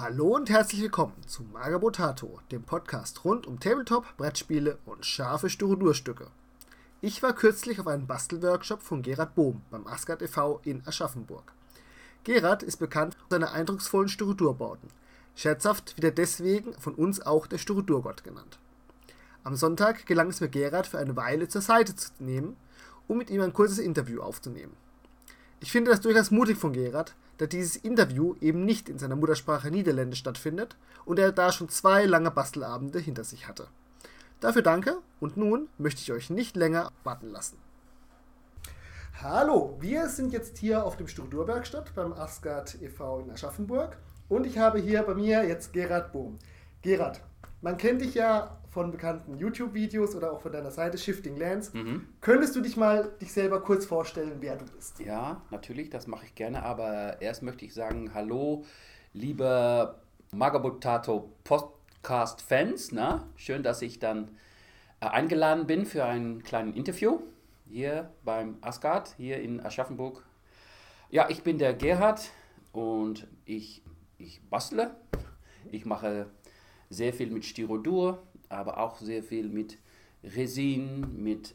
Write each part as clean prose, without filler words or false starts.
Hallo und herzlich willkommen zu Magabotato, dem Podcast rund um Tabletop, Brettspiele und scharfe Styrodurstücke. Ich war kürzlich auf einem Bastelworkshop von Gerard Bohm beim Asgard e.V. in Aschaffenburg. Gerard ist bekannt für seine eindrucksvollen Styrodurbauten. Scherzhaft wird er deswegen von uns auch der Styrodurgott genannt. Am Sonntag gelang es mir Gerard für eine Weile zur Seite zu nehmen, um mit ihm ein kurzes Interview aufzunehmen. Ich finde das durchaus mutig von Gerard, da dieses Interview eben nicht in seiner Muttersprache Niederländisch stattfindet und er da schon 2 lange Bastelabende hinter sich hatte. Dafür danke und nun möchte ich euch nicht länger warten lassen. Hallo, wir sind jetzt hier auf dem Styrodurwerkstatt beim Asgard e.V. in Aschaffenburg und ich habe hier bei mir jetzt Gerard Bohm. Gerard, man kennt dich ja von bekannten YouTube-Videos oder auch von deiner Seite Shifting Lands. Könntest du dich selber kurz vorstellen, wer du bist? Ja, natürlich, das mache ich gerne, aber erst möchte ich sagen, hallo, liebe Magabotato Podcast-Fans, schön, dass ich dann eingeladen bin für ein kleines Interview hier beim Asgard, hier in Aschaffenburg. Ja, ich bin der Gerhard und ich bastle, ich mache sehr viel mit Styrodur, aber auch sehr viel mit Resin, mit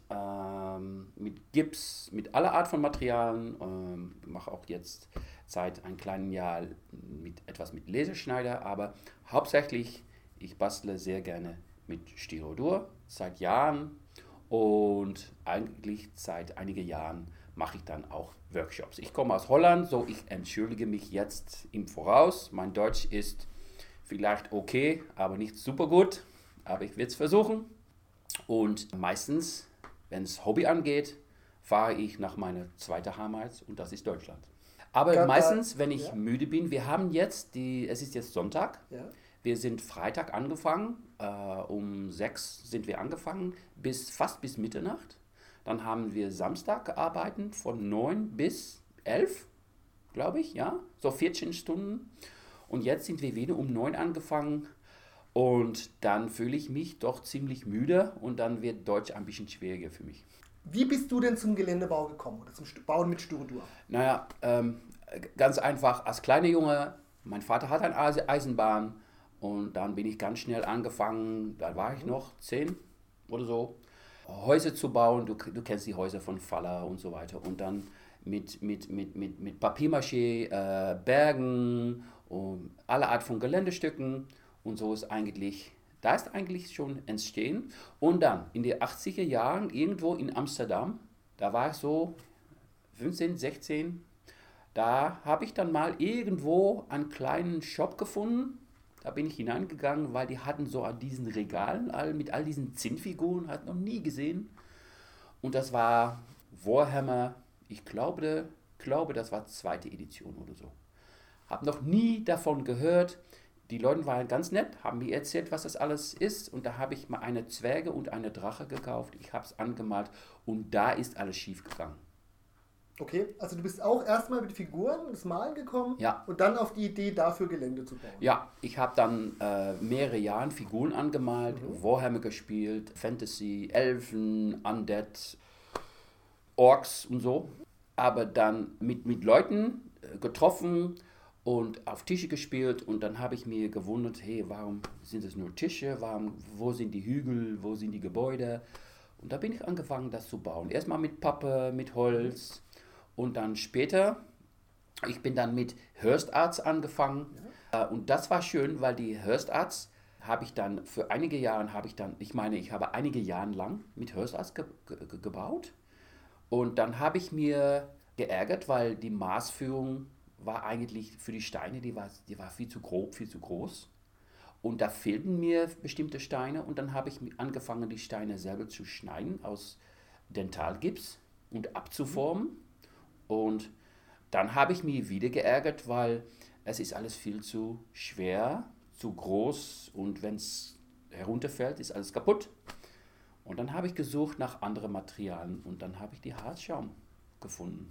Gips, mit aller Art von Materialien. Ich mache auch jetzt seit einem kleinen Jahr etwas mit Laserschneider, aber hauptsächlich ich bastle sehr gerne mit Styrodur seit Jahren und eigentlich seit einigen Jahren mache ich dann auch Workshops. Ich komme aus Holland, so ich entschuldige mich jetzt im Voraus. Mein Deutsch ist vielleicht okay, aber nicht super gut. Aber ich werde es versuchen. Und meistens, wenn es Hobby angeht, fahre ich nach meiner zweiten Heimat und das ist Deutschland. Aber meistens, wenn ich müde bin, es ist jetzt Sonntag, wir sind Freitag angefangen, um 6 sind wir angefangen, fast bis Mitternacht. Dann haben wir Samstag gearbeitet, von 9 bis 11, glaube ich, so 14 Stunden. Und jetzt sind wir wieder um 9 angefangen und dann fühle ich mich doch ziemlich müde und dann wird Deutsch ein bisschen schwieriger für mich. Wie bist du denn zum Geländebau gekommen oder zum Bauen mit Styrodur? Naja, ganz einfach, als kleiner Junge, mein Vater hat eine Eisenbahn und dann bin ich ganz schnell angefangen, da war ich noch 10 oder so, Häuser zu bauen. Du kennst die Häuser von Faller und so weiter und dann mit Papier-Mâché, Bergen, alle Art von Geländestücken und so ist eigentlich schon entstehen. Und dann in den 80er Jahren irgendwo in Amsterdam, da war ich so 15, 16, da habe ich dann mal irgendwo einen kleinen Shop gefunden. Da bin ich hineingegangen, weil die hatten so an diesen Regalen mit all diesen Zinnfiguren, hat noch nie gesehen. Und das war Warhammer, ich glaube, das war 2. Edition oder so. Habe noch nie davon gehört. Die Leute waren ganz nett, haben mir erzählt, was das alles ist. Und da habe ich mal eine Zwerge und eine Drache gekauft. Ich habe es angemalt und da ist alles schief gegangen. Okay, also du bist auch erstmal mit Figuren und das Malen gekommen und dann auf die Idee, dafür Gelände zu bauen. Ja, ich habe dann mehrere Jahre Figuren angemalt, Warhammer gespielt, Fantasy, Elfen, Undead, Orks und so. Aber dann mit Leuten getroffen und auf Tische gespielt und dann habe ich mir gewundert, hey, warum sind es nur Tische, wo sind die Hügel, wo sind die Gebäude? Und da bin ich angefangen, das zu bauen. Erstmal mit Pappe, mit Holz und dann später, ich bin dann mit Hearst Arts angefangen und das war schön, weil die Hearst Arts habe ich dann für einige Jahre, ich habe einige Jahre lang mit Hearst Arts gebaut und dann habe ich mir geärgert, weil die Maßführung war eigentlich für die Steine, die war viel zu grob, viel zu groß. Und da fehlten mir bestimmte Steine und dann habe ich angefangen, die Steine selber zu schneiden aus Dentalgips und abzuformen. Und dann habe ich mich wieder geärgert, weil es ist alles viel zu schwer, zu groß und wenn es herunterfällt, ist alles kaputt. Und dann habe ich gesucht nach anderen Materialien und dann habe ich die Harzschaum gefunden.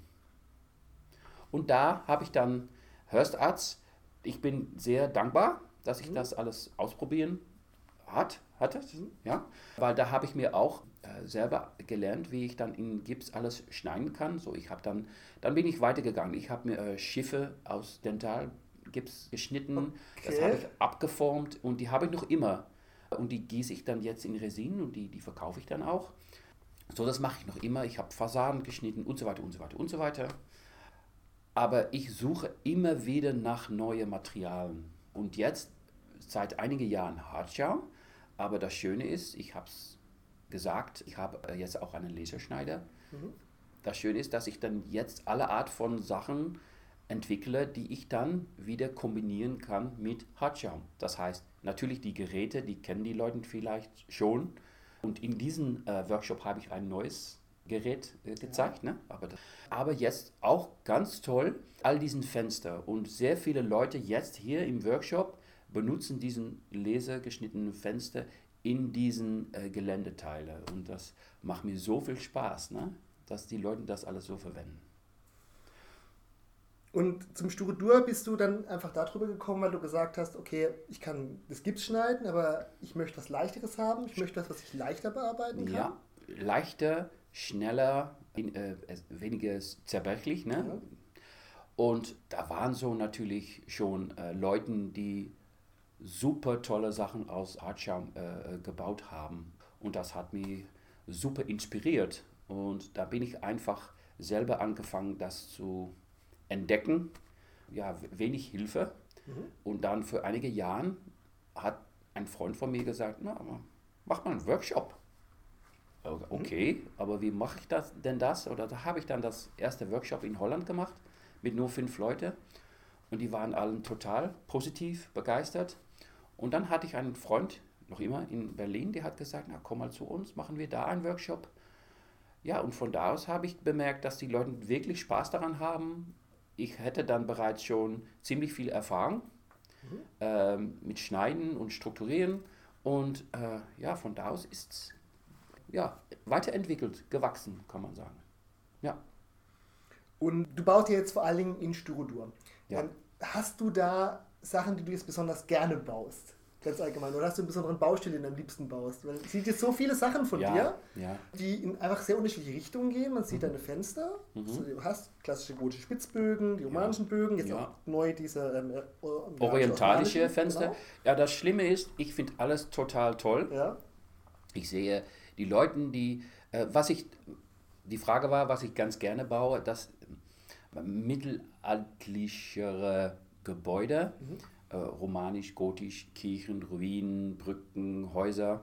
Und da habe ich dann Hearst Arts. Ich bin sehr dankbar, dass ich das alles ausprobieren hatte, weil da habe ich mir auch selber gelernt, wie ich dann in Gips alles schneiden kann. So, dann bin ich weitergegangen. Ich habe mir Schiffe aus Dental Gips geschnitten, Okay. das habe ich abgeformt und die habe ich noch immer. Und die gieße ich dann jetzt in Resin und die verkaufe ich dann auch. So, das mache ich noch immer. Ich habe Fassaden geschnitten und so weiter und so weiter und so weiter. Aber ich suche immer wieder nach neuen Materialien. Und jetzt seit einigen Jahren Hartschaum. Aber das Schöne ist, ich habe es gesagt, ich habe jetzt auch einen Laserschneider. Das Schöne ist, dass ich dann jetzt alle Art von Sachen entwickle, die ich dann wieder kombinieren kann mit Hartschaum. Das heißt, natürlich die Geräte, die kennen die Leute vielleicht schon. Und in diesem Workshop habe ich ein neues Gerät gezeigt. Ne? Aber jetzt auch ganz toll, all diesen Fenster. Und sehr viele Leute jetzt hier im Workshop benutzen diesen lasergeschnittenen Fenster in diesen Geländeteile. Und das macht mir so viel Spaß, ne? Dass die Leute das alles so verwenden. Und zum Styrodur bist du dann einfach darüber gekommen, weil du gesagt hast, okay, ich kann das Gips schneiden, aber ich möchte was Leichteres haben, ich möchte was ich leichter bearbeiten kann. Ja, leichter, schneller, weniger zerbrechlich. Ne? Ja. Und da waren so natürlich schon Leute, die super tolle Sachen aus Hartschaum gebaut haben. Und das hat mich super inspiriert. Und da bin ich einfach selber angefangen, das zu entdecken. Ja, wenig Hilfe. Und dann für einige Jahre hat ein Freund von mir gesagt, na, mach mal einen Workshop. Okay, aber wie mache ich das denn das? Oder da habe ich dann das erste Workshop in Holland gemacht mit nur 5 Leuten. Und die waren alle total positiv begeistert. Und dann hatte ich einen Freund, noch immer in Berlin, der hat gesagt, na komm mal zu uns, machen wir da einen Workshop. Ja, und von da aus habe ich bemerkt, dass die Leute wirklich Spaß daran haben. Ich hätte dann bereits schon ziemlich viel Erfahrung mit Schneiden und Strukturieren. Und ja, von da aus ist es ja, weiterentwickelt, gewachsen, kann man sagen. Ja. Und du baust ja jetzt vor allen Dingen in Styrodur. Ja. Hast du da Sachen, die du jetzt besonders gerne baust? Ganz allgemein. Oder hast du einen besonderen Baustil, den du am liebsten baust? Weil es sind jetzt so viele Sachen von dir, die in einfach sehr unterschiedliche Richtungen gehen. Man sieht deine Fenster. Also du hast klassische gotische Spitzbögen, die romanischen Bögen, jetzt auch neu diese orientalische Fenster. Genau. Ja, das Schlimme ist, ich finde alles total toll. Ja. Ich sehe die Leute, die, die Frage war, was ich ganz gerne baue, das mittelalterlichere Gebäude, romanisch, gotisch, Kirchen, Ruinen, Brücken, Häuser.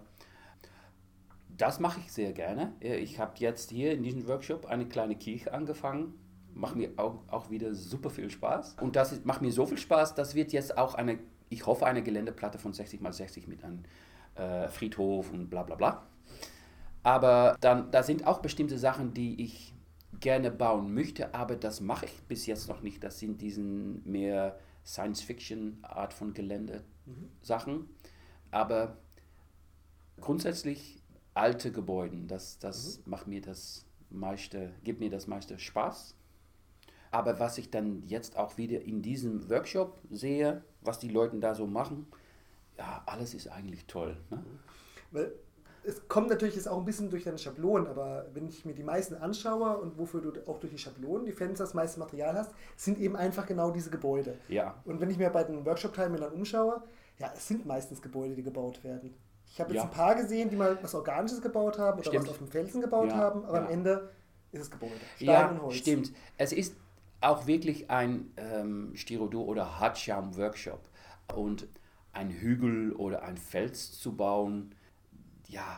Das mache ich sehr gerne. Ich habe jetzt hier in diesem Workshop eine kleine Kirche angefangen. Macht mir auch wieder super viel Spaß. Und das macht mir so viel Spaß, das wird jetzt auch ich hoffe, eine Geländeplatte von 60x60 mit einem Friedhof und bla bla bla. Aber dann, da sind auch bestimmte Sachen, die ich gerne bauen möchte, aber das mache ich bis jetzt noch nicht. Das sind diesen mehr Science-Fiction-Art von Gelände-Sachen. Aber grundsätzlich alte Gebäude, das macht mir gibt mir das meiste Spaß. Aber was ich dann jetzt auch wieder in diesem Workshop sehe, was die Leute da so machen, ja, alles ist eigentlich toll. Ne? Weil es kommt natürlich jetzt auch ein bisschen durch deine Schablonen, aber wenn ich mir die meisten anschaue und wofür du auch durch die Schablonen, die Fenster das meiste Material hast, sind eben einfach genau diese Gebäude. Ja. Und wenn ich mir bei den Workshop-Teilnehmern umschaue, ja, es sind meistens Gebäude, die gebaut werden. Ich habe jetzt ein paar gesehen, die mal was Organisches gebaut haben oder was auf dem Felsen gebaut haben, aber am Ende ist es Gebäude. Stein und Holz. Stimmt. Es ist auch wirklich ein Styrodur- oder Hartschaum-Workshop. Und ein Hügel oder ein Fels zu bauen, ja,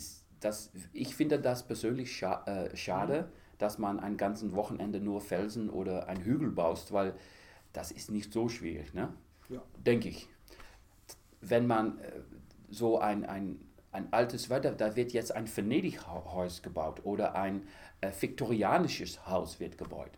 ich finde das persönlich schade, dass man ein ganzes Wochenende nur Felsen oder ein Hügel baust, weil das ist nicht so schwierig, ne? Ja. Denke ich. Wenn man so ein altes Wetter, da wird jetzt ein Venedig-Haus gebaut oder ein viktorianisches Haus wird gebaut.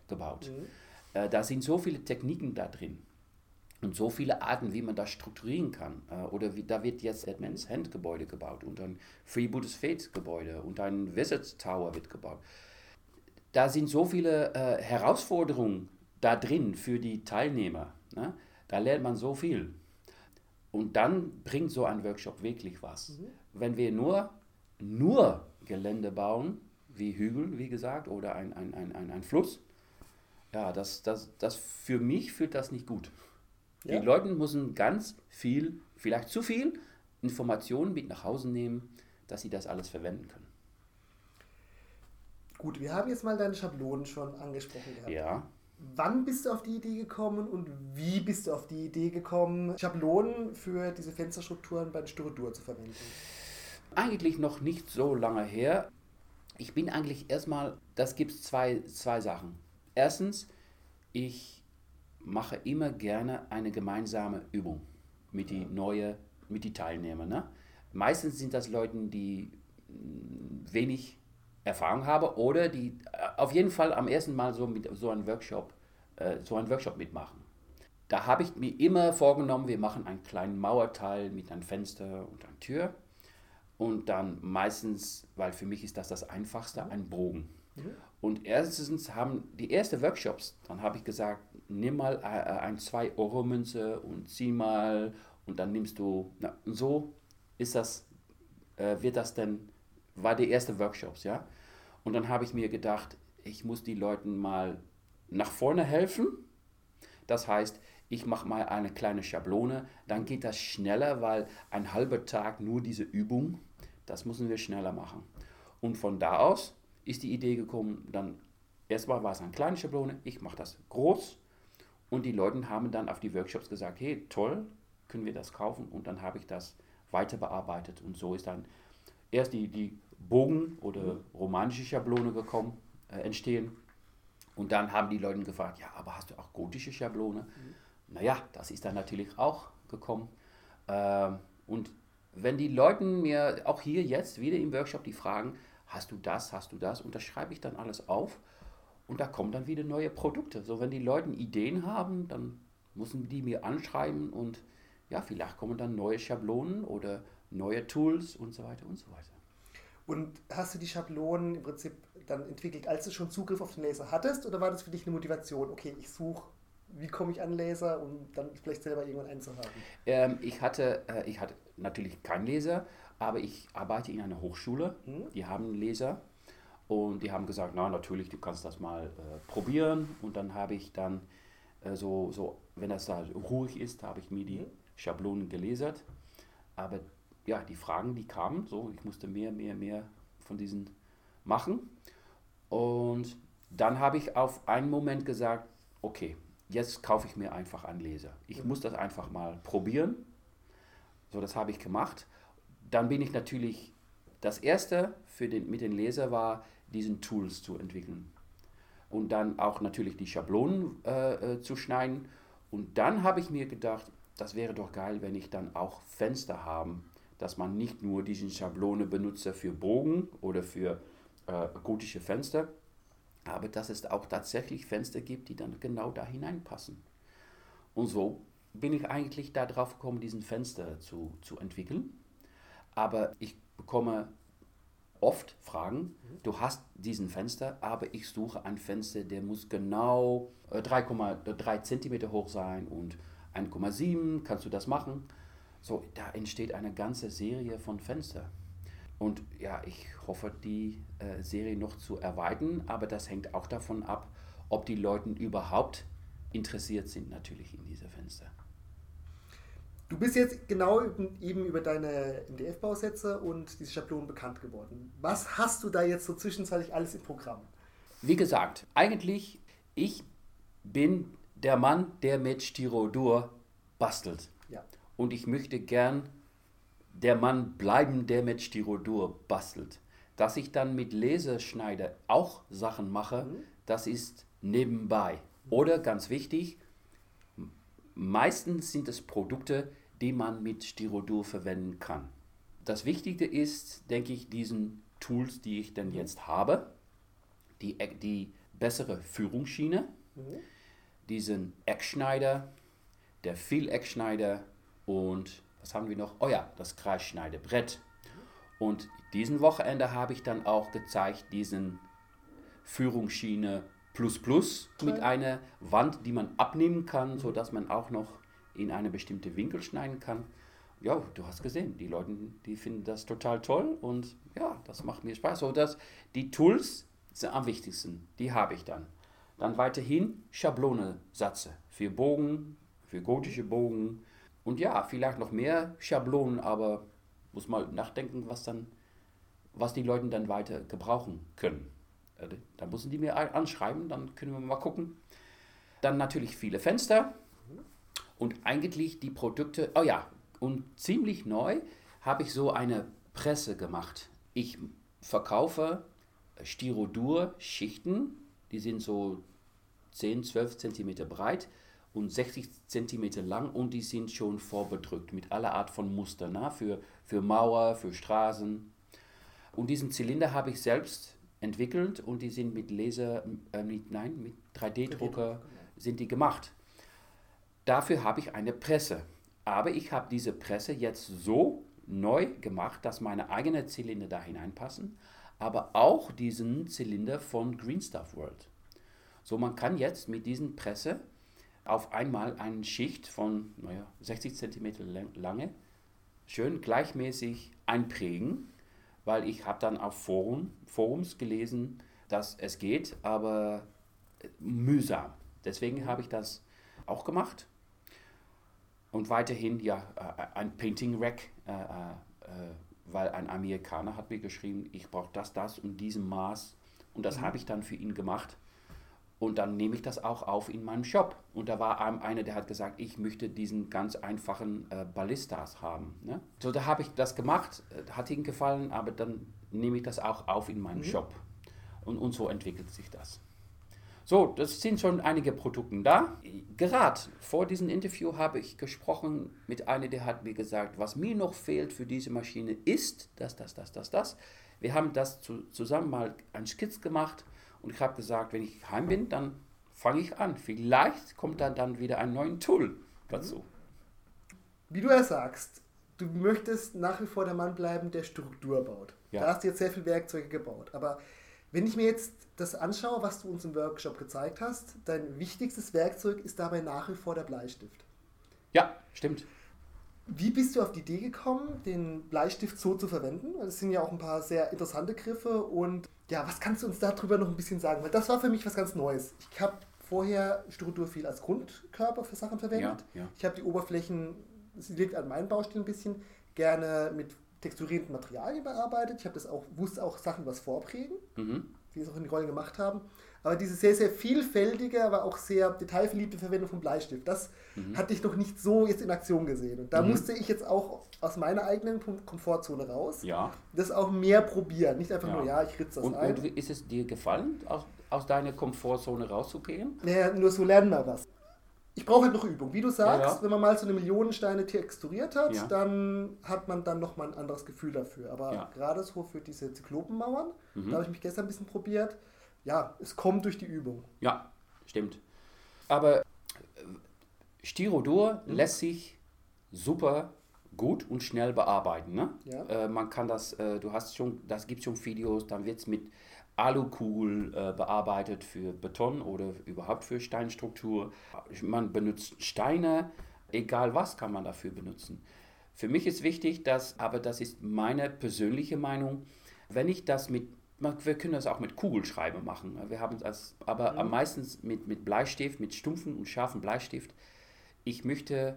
Da sind so viele Techniken da drin. Und so viele Arten, wie man das strukturieren kann. Da wird jetzt Edmonds Hand Gebäude gebaut und ein Freebooters Fate Gebäude und ein Wizard Tower wird gebaut. Da sind so viele Herausforderungen da drin für die Teilnehmer. Ne? Da lernt man so viel. Und dann bringt so ein Workshop wirklich was. Wenn wir nur Gelände bauen, wie Hügel, wie gesagt, oder ein Fluss, ja, das für mich fühlt das nicht gut. Die Leute müssen ganz viel, vielleicht zu viel Informationen mit nach Hause nehmen, dass sie das alles verwenden können. Gut, wir haben jetzt mal deine Schablonen schon angesprochen gehabt. Ja. Wann bist du auf die Idee gekommen und wie bist du auf die Idee gekommen, Schablonen für diese Fensterstrukturen bei der Styrodur zu verwenden? Eigentlich noch nicht so lange her. Ich bin eigentlich erstmal, das gibt es zwei Sachen. Erstens, ich mache immer gerne eine gemeinsame Übung mit die Teilnehmer. Ne? Meistens sind das Leute, die wenig Erfahrung haben oder die auf jeden Fall am ersten Mal so einen Workshop mitmachen. Da habe ich mir immer vorgenommen, wir machen einen kleinen Mauerteil mit einem Fenster und einer Tür. Und dann meistens, weil für mich ist das Einfachste, ein Bogen. Und erstens haben die ersten Workshops, dann habe ich gesagt, nimm mal ein 2-Euro-Münze und zieh mal und dann nimmst du, so ist das, war die erste Workshops, ja. Und dann habe ich mir gedacht, ich muss die Leuten mal nach vorne helfen. Das heißt, ich mache mal eine kleine Schablone, dann geht das schneller, weil ein halber Tag nur diese Übung, das müssen wir schneller machen. Und von da aus ist die Idee gekommen, dann erstmal war es eine kleine Schablone, ich mache das groß und die Leute haben dann auf die Workshops gesagt, hey, toll, können wir das kaufen? Und dann habe ich das weiter bearbeitet und so ist dann erst die Bogen- oder romanische Schablone entstehen und dann haben die Leute gefragt, ja, aber hast du auch gotische Schablone? Naja, das ist dann natürlich auch gekommen. Und wenn die Leute mir auch hier jetzt wieder im Workshop die fragen, hast du das, und das schreibe ich dann alles auf und da kommen dann wieder neue Produkte. So, wenn die Leute Ideen haben, dann müssen die mir anschreiben und ja, vielleicht kommen dann neue Schablonen oder neue Tools und so weiter und so weiter. Und hast du die Schablonen im Prinzip dann entwickelt, als du schon Zugriff auf den Laser hattest oder war das für dich eine Motivation? Okay, ich suche, wie komme ich an Laser, um dann vielleicht selber irgendwann einen zu haben? Ich hatte natürlich keinen Laser, aber ich arbeite in einer Hochschule, die haben einen Laser und die haben gesagt, na natürlich, du kannst das mal probieren und dann habe ich dann wenn das da ruhig ist, habe ich mir die Schablonen gelasert, aber ja, die Fragen, die kamen, so, ich musste mehr von diesen machen und dann habe ich auf einen Moment gesagt, okay, jetzt kaufe ich mir einfach einen Laser. Ich muss das einfach mal probieren. So, das habe ich gemacht. Dann bin ich natürlich, das erste mit den Laser war, diesen Tools zu entwickeln. Und dann auch natürlich die Schablonen zu schneiden. Und dann habe ich mir gedacht, das wäre doch geil, wenn ich dann auch Fenster habe, dass man nicht nur diesen Schablone benutze für Bogen oder für gotische Fenster, aber dass es auch tatsächlich Fenster gibt, die dann genau da hineinpassen. Und so bin ich eigentlich darauf gekommen, diesen Fenster zu entwickeln. Aber ich bekomme oft Fragen, du hast diesen Fenster, aber ich suche ein Fenster, der muss genau 3,3 cm hoch sein und 1,7, kannst du das machen? So, da entsteht eine ganze Serie von Fenstern. Und ja, ich hoffe, die Serie noch zu erweitern, aber das hängt auch davon ab, ob die Leute überhaupt interessiert sind natürlich in diese Fenster. Du bist jetzt genau eben über deine MDF-Bausätze und diese Schablonen bekannt geworden. Was hast du da jetzt so zwischenzeitlich alles im Programm? Wie gesagt, eigentlich, ich bin der Mann, der mit Styrodur bastelt. Ja. Und ich möchte gern der Mann bleiben, der mit Styrodur bastelt. Dass ich dann mit Laserschneider auch Sachen mache, das ist nebenbei. Oder ganz wichtig, meistens sind es Produkte, die man mit Styrodur verwenden kann. Das Wichtige ist, denke ich, diesen Tools, die ich dann jetzt habe, die bessere Führungsschiene, diesen Eckschneider, der Vieleckschneider und was haben wir noch? Oh ja, das Kreisschneidebrett. Und diesen Wochenende habe ich dann auch gezeigt, diesen Führungsschiene Plus mit einer Wand, die man abnehmen kann, sodass man auch noch in eine bestimmte Winkel schneiden kann. Ja, du hast gesehen, die Leute, die finden das total toll und ja, das macht mir Spaß. So, die Tools sind am wichtigsten, die habe ich dann. Dann weiterhin Schablonensatze für Bogen, für gotische Bogen. Und ja, vielleicht noch mehr Schablonen, aber muss mal nachdenken, was die Leute dann weiter gebrauchen können. Da müssen die mir anschreiben, dann können wir mal gucken. Dann natürlich viele Fenster und eigentlich die Produkte, oh ja, und ziemlich neu habe ich so eine Presse gemacht. Ich verkaufe Styrodur-Schichten, die sind so 10, 12 cm breit und 60 cm lang und die sind schon vorbedrückt mit aller Art von Muster, für Mauer, für Straßen. Und diesen Zylinder habe ich selbst entwickelt und die sind mit mit 3D-Drucker sind die gemacht. Dafür habe ich eine Presse. Aber ich habe diese Presse jetzt so neu gemacht, dass meine eigenen Zylinder da hineinpassen, aber auch diesen Zylinder von Green Stuff World. So, man kann jetzt mit diesen Presse auf einmal eine Schicht von 60 cm Lange schön gleichmäßig einprägen, weil ich habe dann auf Forums gelesen, dass es geht, aber mühsam. Deswegen habe ich das auch gemacht. Und weiterhin ein Painting Rack, weil ein Amerikaner hat mir geschrieben, ich brauche das und diesem Maß. Und das habe ich dann für ihn gemacht. Und dann nehme ich das auch auf in meinem Shop. Und da war einer, der hat gesagt, ich möchte diesen ganz einfachen Ballistas haben. Ne? So, da habe ich das gemacht, hat ihm gefallen, aber dann nehme ich das auch auf in meinem Shop. Und so entwickelt sich das. So, das sind schon einige Produkte da. Gerade vor diesem Interview habe ich gesprochen mit einem, der hat mir gesagt, was mir noch fehlt für diese Maschine ist das. Wir haben das zusammen mal einen Skizz gemacht und ich habe gesagt, wenn ich heim bin, dann fange ich an. Vielleicht kommt dann wieder ein neues Tool dazu. Wie du ja sagst, du möchtest nach wie vor der Mann bleiben, der Struktur baut. Ja. Da hast du jetzt sehr viele Werkzeuge gebaut, aber wenn ich mir jetzt das anschaue, was du uns im Workshop gezeigt hast, dein wichtigstes Werkzeug ist dabei nach wie vor der Bleistift. Ja, stimmt. Wie bist du auf die Idee gekommen, den Bleistift so zu verwenden? Das sind ja auch ein paar sehr interessante Griffe und ja, was kannst du uns darüber noch ein bisschen sagen? Weil das war für mich was ganz Neues. Ich habe vorher Styrodur viel als Grundkörper für Sachen verwendet. Ja. Ich habe die Oberflächen, das liegt an meinem Baustil ein bisschen, gerne mit texturierenden Materialien bearbeitet. Ich habe wusste auch Sachen was vorprägen, die es auch in den Rollen gemacht haben. Aber diese sehr, sehr vielfältige, aber auch sehr detailverliebte Verwendung von Bleistift, das hatte ich noch nicht so jetzt in Aktion gesehen. Und da musste ich jetzt auch aus meiner eigenen Komfortzone raus, das auch mehr probieren. Nicht einfach nur, ich ritze das ein. Und ist es dir gefallen, aus deiner Komfortzone rauszugehen? Naja, nur so lernen wir was. Ich brauche halt noch Übung. Wie du sagst, wenn man mal so eine Millionensteine texturiert hat, dann hat man dann nochmal ein anderes Gefühl dafür. Aber gerade so für diese Zyklopenmauern, da habe ich mich gestern ein bisschen probiert. Ja, es kommt durch die Übung. Ja, stimmt. Aber Styrodur lässt sich super gut und schnell bearbeiten. Ne? Ja. Man kann das, das gibt schon Videos, dann wird es mit Alukugel bearbeitet für Beton oder überhaupt für Steinstruktur. Man benutzt Steine, egal was kann man dafür benutzen. Für mich ist wichtig, aber das ist meine persönliche Meinung, wenn ich das wir können das auch mit Kugelschreiber machen. Wir haben das, aber am meisten mit Bleistift, mit stumpfen und scharfen Bleistift. Ich möchte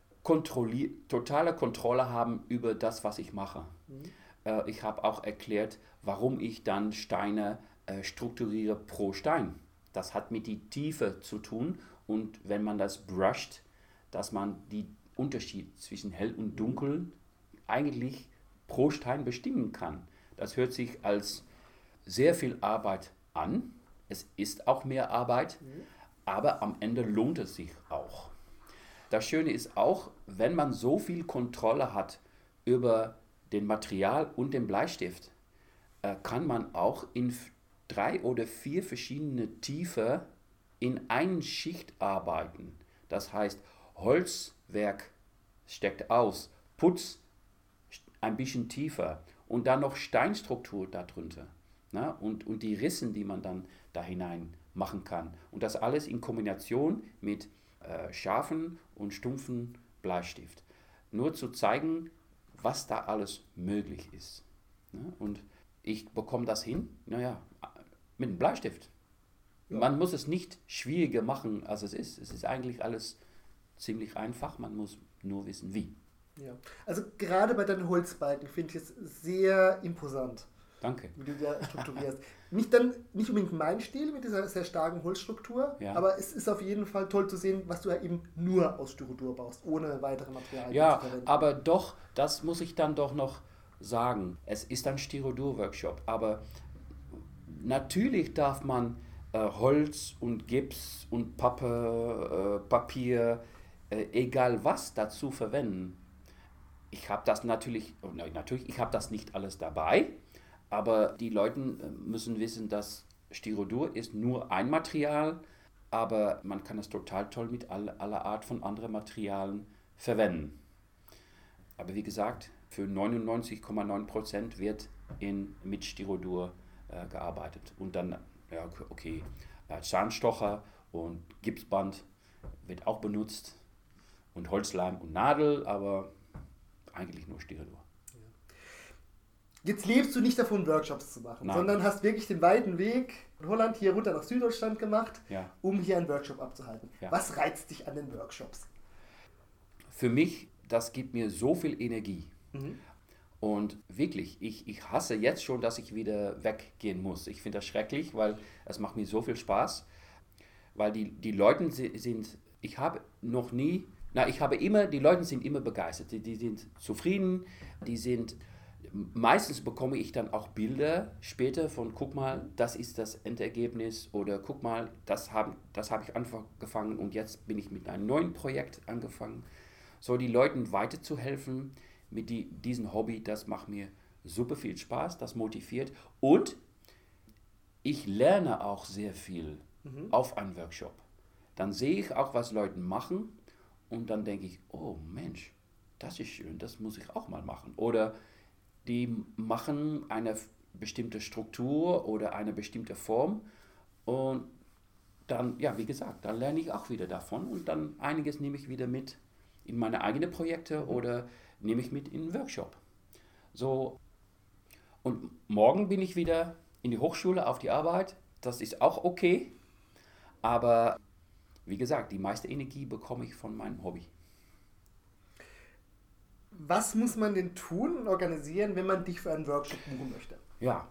totale Kontrolle haben über das, was ich mache. Ich habe auch erklärt, warum ich dann Steine strukturiere pro Stein. Das hat mit der Tiefe zu tun und wenn man das brusht, dass man den Unterschied zwischen hell und dunkel eigentlich pro Stein bestimmen kann. Das hört sich als sehr viel Arbeit an. Es ist auch mehr Arbeit, aber am Ende lohnt es sich auch. Das Schöne ist auch, wenn man so viel Kontrolle hat über den Material und den Bleistift, kann man auch in 3 oder 4 verschiedene Tiefe in einer Schicht arbeiten. Das heißt, Holzwerk steckt aus, Putz ein bisschen tiefer und dann noch Steinstruktur darunter. Na, und die Rissen, die man dann da hinein machen kann. Und das alles in Kombination mit scharfen und stumpfen Bleistift. Nur zu zeigen, was da alles möglich ist. Ja, und ich bekomme das hin, mit einem Bleistift. Ja. Man muss es nicht schwieriger machen, als es ist. Es ist eigentlich alles ziemlich einfach, man muss nur wissen, wie. Ja. Also gerade bei deinen Holzbalken finde ich es sehr imposant, Danke. wie du da strukturierst. Nicht unbedingt mein Stil mit dieser sehr starken Holzstruktur, Ja. aber es ist auf jeden Fall toll zu sehen, was du ja eben nur aus Styrodur baust, ohne weitere Materialien Ja, zu verwenden. aber doch, das muss ich dann doch noch sagen. Es ist ein Styrodur-Workshop, aber natürlich darf man Holz und Gips und Pappe, Papier, egal was dazu verwenden. Ich habe das natürlich, ich habe das nicht alles dabei, aber die Leute müssen wissen, dass Styrodur ist nur ein Material, aber man kann es total toll mit aller Art von anderen Materialien verwenden. Aber wie gesagt, für 99,9% wird mit Styrodur gearbeitet. Und dann, ja, okay, Zahnstocher und Gipsband wird auch benutzt und Holzleim und Nadel, aber eigentlich nur Styrodur. Jetzt lebst du nicht davon, Workshops zu machen, Nein. sondern hast wirklich den weiten Weg von Holland hier runter nach Süddeutschland gemacht, Ja. um hier einen Workshop abzuhalten. Ja. Was reizt dich an den Workshops? Für mich, das gibt mir so viel Energie. Und wirklich, ich hasse jetzt schon, dass ich wieder weggehen muss. Ich finde das schrecklich, weil es macht mir so viel Spaß. Weil die Leute sind, die Leute sind immer begeistert. Die sind zufrieden, meistens bekomme ich dann auch Bilder später von, guck mal, das ist das Endergebnis oder guck mal, das hab ich angefangen und jetzt bin ich mit einem neuen Projekt angefangen. So die Leuten weiterzuhelfen mit diesem Hobby, das macht mir super viel Spaß, das motiviert und ich lerne auch sehr viel auf einem Workshop. Dann sehe ich auch, was Leute machen und dann denke ich, oh Mensch, das ist schön, das muss ich auch mal machen. Oder die machen eine bestimmte Struktur oder eine bestimmte Form und dann, ja, wie gesagt, dann lerne ich auch wieder davon und dann einiges nehme ich wieder mit in meine eigenen Projekte oder nehme ich mit in einen Workshop. So, und morgen bin ich wieder in die Hochschule auf die Arbeit, das ist auch okay, aber wie gesagt, die meiste Energie bekomme ich von meinem Hobby. Was muss man denn tun und organisieren, wenn man dich für einen Workshop buchen möchte? Ja,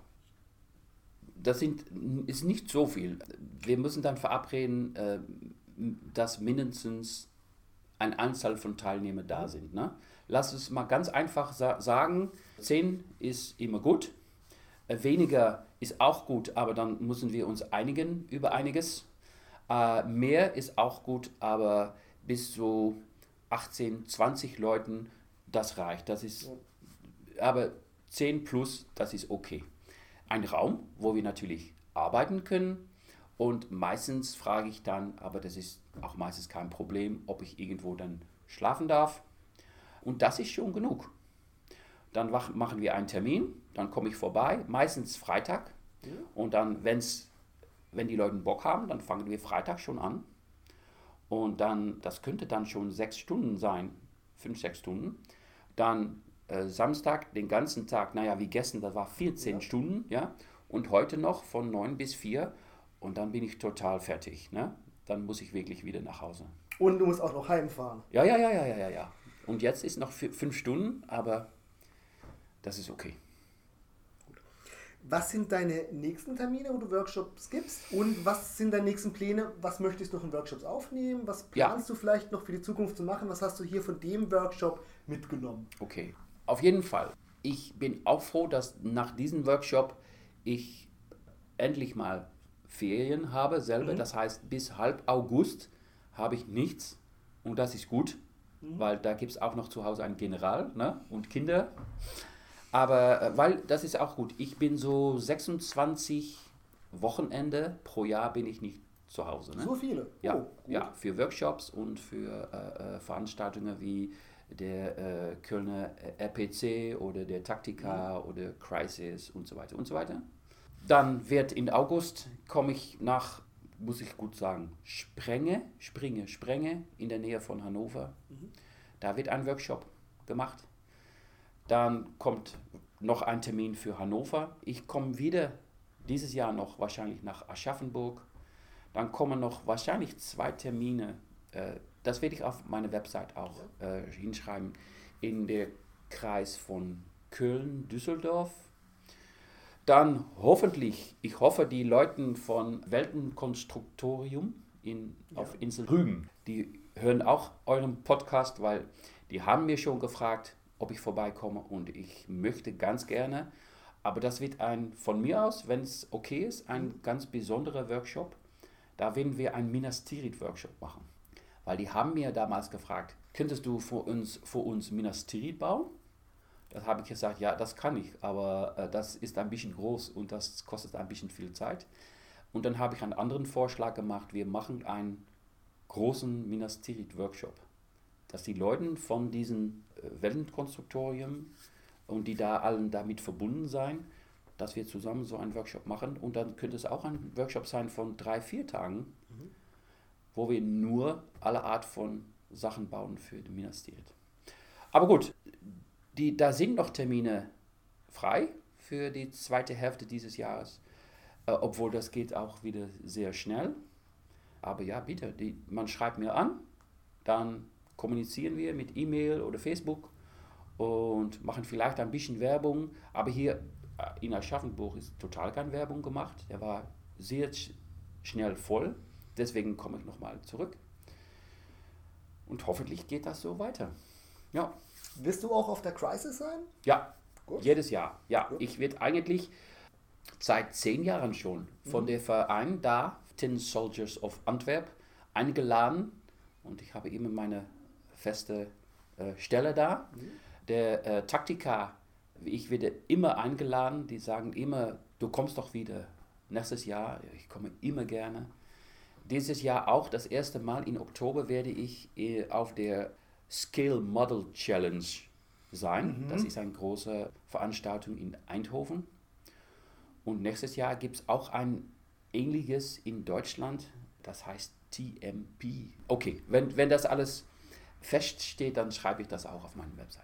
ist nicht so viel. Wir müssen dann verabreden, dass mindestens eine Anzahl von Teilnehmern da sind. Ne? Lass es mal ganz einfach sagen, 10 ist immer gut, weniger ist auch gut, aber dann müssen wir uns einigen über einiges. Mehr ist auch gut, aber bis zu 18, 20 Leuten, das reicht. Aber 10 plus, das ist okay. Ein Raum, wo wir natürlich arbeiten können und meistens frage ich dann, aber das ist auch meistens kein Problem, ob ich irgendwo dann schlafen darf und das ist schon genug. Dann machen wir einen Termin, dann komme ich vorbei, meistens Freitag und dann, wenn die Leute Bock haben, dann fangen wir Freitag schon an und dann, das könnte dann schon 6 Stunden sein, 5, 6 Stunden. Dann Samstag den ganzen Tag, naja, wie gestern, das war 14 Stunden, ja, und heute noch von 9 bis 4 und dann bin ich total fertig, ne? Dann muss ich wirklich wieder nach Hause. Und du musst auch noch heimfahren. Ja. Und jetzt ist noch 5 Stunden, aber das ist okay. Was sind deine nächsten Termine, wo du Workshops gibst? Und was sind deine nächsten Pläne? Was möchtest du noch in Workshops aufnehmen? Was planst du vielleicht noch für die Zukunft zu machen? Was hast du hier von dem Workshop mitgenommen? Okay, auf jeden Fall. Ich bin auch froh, dass nach diesem Workshop ich endlich mal Ferien habe selber. Das heißt, bis halb August habe ich nichts und das ist gut, weil da gibt es auch noch zu Hause einen General, ne? Und Kinder. Aber weil das ist auch gut. Ich bin so 26 Wochenende pro Jahr bin ich nicht zu Hause. Ne? So viele? Ja, ja, für Workshops und für Veranstaltungen wie der Kölner RPC oder der Taktika oder Crisis und so weiter und so weiter. Dann wird in August komme ich nach, muss ich gut sagen, Sprenge in der Nähe von Hannover. Da wird ein Workshop gemacht. Dann kommt noch ein Termin für Hannover. Ich komme wieder dieses Jahr noch wahrscheinlich nach Aschaffenburg. Dann kommen noch wahrscheinlich 2 Termine. das werde ich auf meine Website auch hinschreiben. In der Kreis von Köln, Düsseldorf. Dann hoffentlich, ich hoffe, die Leute von Weltenkonstruktorium auf Insel Rügen, die hören auch euren Podcast, weil die haben mir schon gefragt, ob ich vorbeikomme und ich möchte ganz gerne. Aber das wird von mir aus, wenn es okay ist, ein ganz besonderer Workshop. Da werden wir einen Minas Tirith-Workshop machen. Weil die haben mir damals gefragt, könntest du für uns Minas Tirith bauen? Das habe ich gesagt, ja, das kann ich, aber das ist ein bisschen groß und das kostet ein bisschen viel Zeit. Und dann habe ich einen anderen Vorschlag gemacht, wir machen einen großen Minas Tirith-Workshop. Dass die Leute von diesem Weltenkonstruktorium und die da allen damit verbunden sein, dass wir zusammen so einen Workshop machen. Und dann könnte es auch ein Workshop sein von 3-4 Tagen, wo wir nur alle Art von Sachen bauen für die Minas Tirith. Aber gut, da sind noch Termine frei für die zweite Hälfte dieses Jahres, obwohl das geht auch wieder sehr schnell. Aber ja, bitte, man schreibt mir an, dann kommunizieren wir mit E-Mail oder Facebook und machen vielleicht ein bisschen Werbung. Aber hier in Aschaffenburg ist total keine Werbung gemacht. Der war sehr schnell voll. Deswegen komme ich nochmal zurück. Und hoffentlich geht das so weiter. Ja. Wirst du auch auf der Crisis sein? Ja, gut. Jedes Jahr. Ja, gut. Ich werde eigentlich seit 10 Jahren schon von der Verein da, Tin Soldiers of Antwerp, eingeladen. Und ich habe immer meine feste Stelle da. Der Taktika, ich werde immer eingeladen. Die sagen immer, du kommst doch wieder nächstes Jahr. Ich komme immer gerne. Dieses Jahr auch das erste Mal im Oktober werde ich auf der Scale Model Challenge sein. Das ist eine große Veranstaltung in Eindhoven. Und nächstes Jahr gibt es auch ein ähnliches in Deutschland. Das heißt TMP. Okay, wenn das alles feststeht, dann schreibe ich das auch auf meine Website.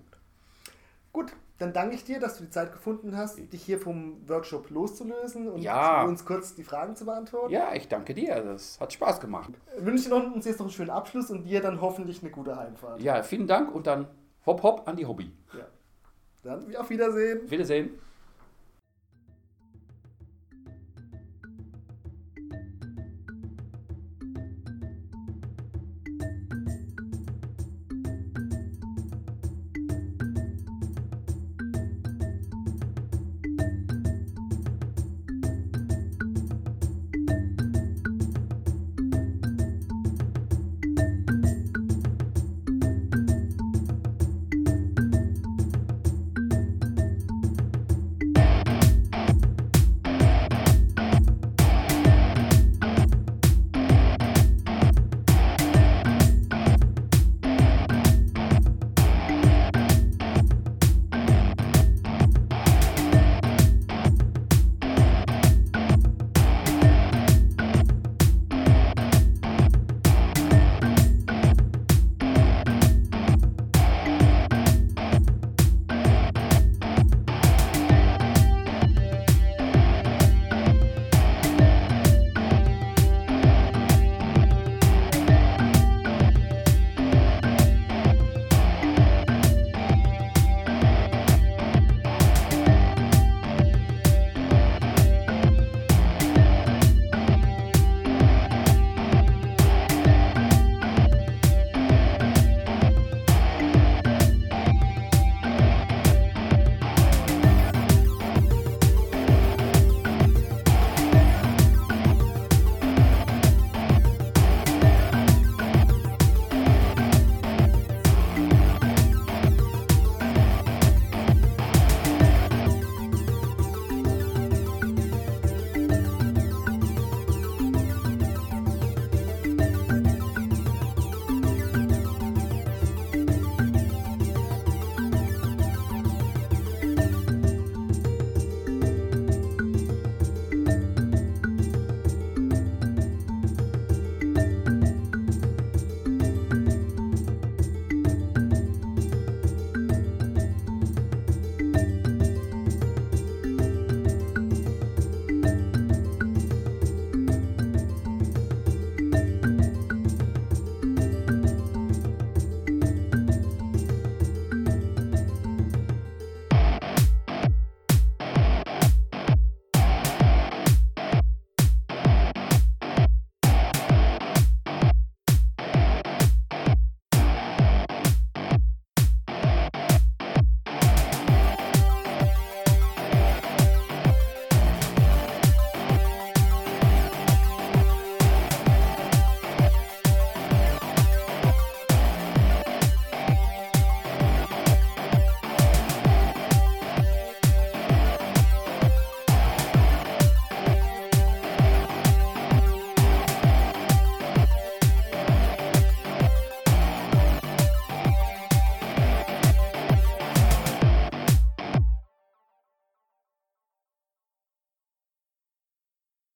Gut, dann danke ich dir, dass du die Zeit gefunden hast, dich hier vom Workshop loszulösen und uns kurz die Fragen zu beantworten. Ja, ich danke dir. Das hat Spaß gemacht. Wünsche uns jetzt noch einen schönen Abschluss und dir dann hoffentlich eine gute Heimfahrt. Ja, vielen Dank und dann hopp hopp an die Hobby. Ja. Dann auf Wiedersehen. Wiedersehen.